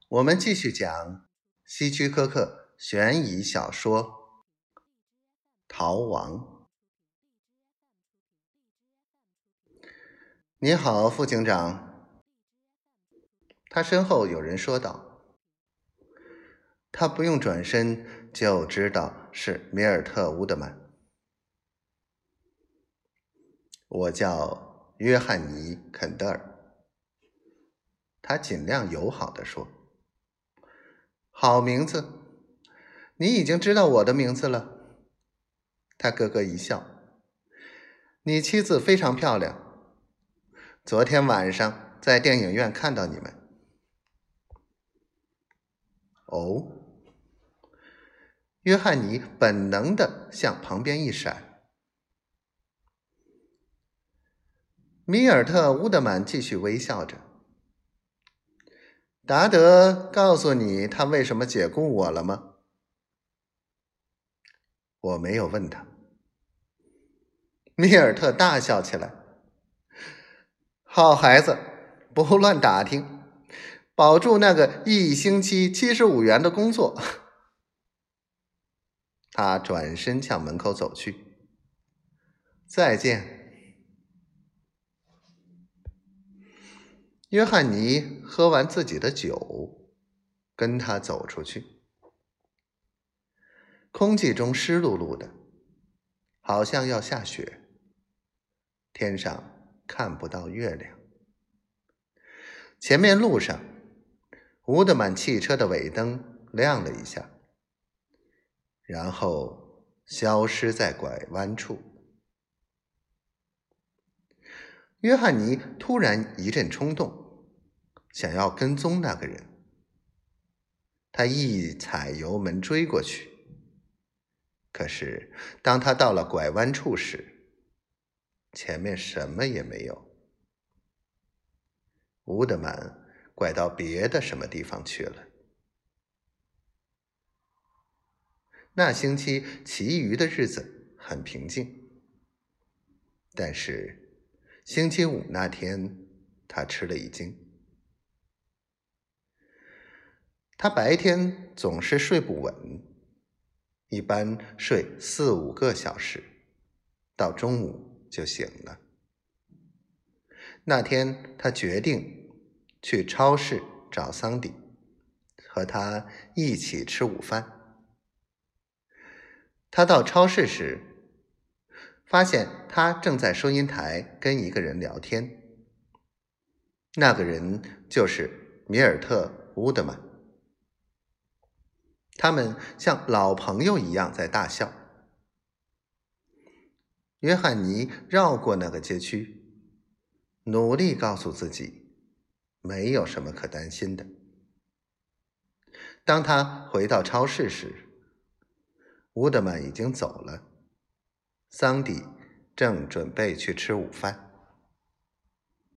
我们继续讲希区柯克悬疑小说《逃亡》。你好，副警长。他身后有人说道。他不用转身就知道是米尔特·乌德曼。我叫约翰尼·肯德尔。他尽量友好地说。好名字，你已经知道我的名字了。他咯咯一笑。你妻子非常漂亮，昨天晚上在电影院看到你们。哦，约翰尼本能地向旁边一闪。米尔特·乌德曼继续微笑着。达德告诉你他为什么解雇我了吗？我没有问他。米尔特大笑起来。好孩子，不乱打听，保住那个1星期75元的工作。他转身向门口走去。再见。约翰尼喝完自己的酒，跟他走出去。空气中湿漉漉的，好像要下雪。天上看不到月亮。前面路上，乌德曼汽车的尾灯亮了一下，然后消失在拐弯处。约翰尼突然一阵冲动，想要跟踪那个人。他一踩油门追过去，可是当他到了拐弯处时，前面什么也没有。乌德曼拐到别的什么地方去了。那星期其余的日子很平静，但是星期五那天他吃了一惊。他白天总是睡不稳，一般睡4、5个小时，到中午就醒了。那天他决定去超市找桑迪，和他一起吃午饭。他到超市时，发现他正在收银台跟一个人聊天。那个人就是米尔特·乌德曼。他们像老朋友一样在大笑。约翰尼绕过那个街区，努力告诉自己没有什么可担心的。当他回到超市时，乌德曼已经走了，桑迪正准备去吃午饭。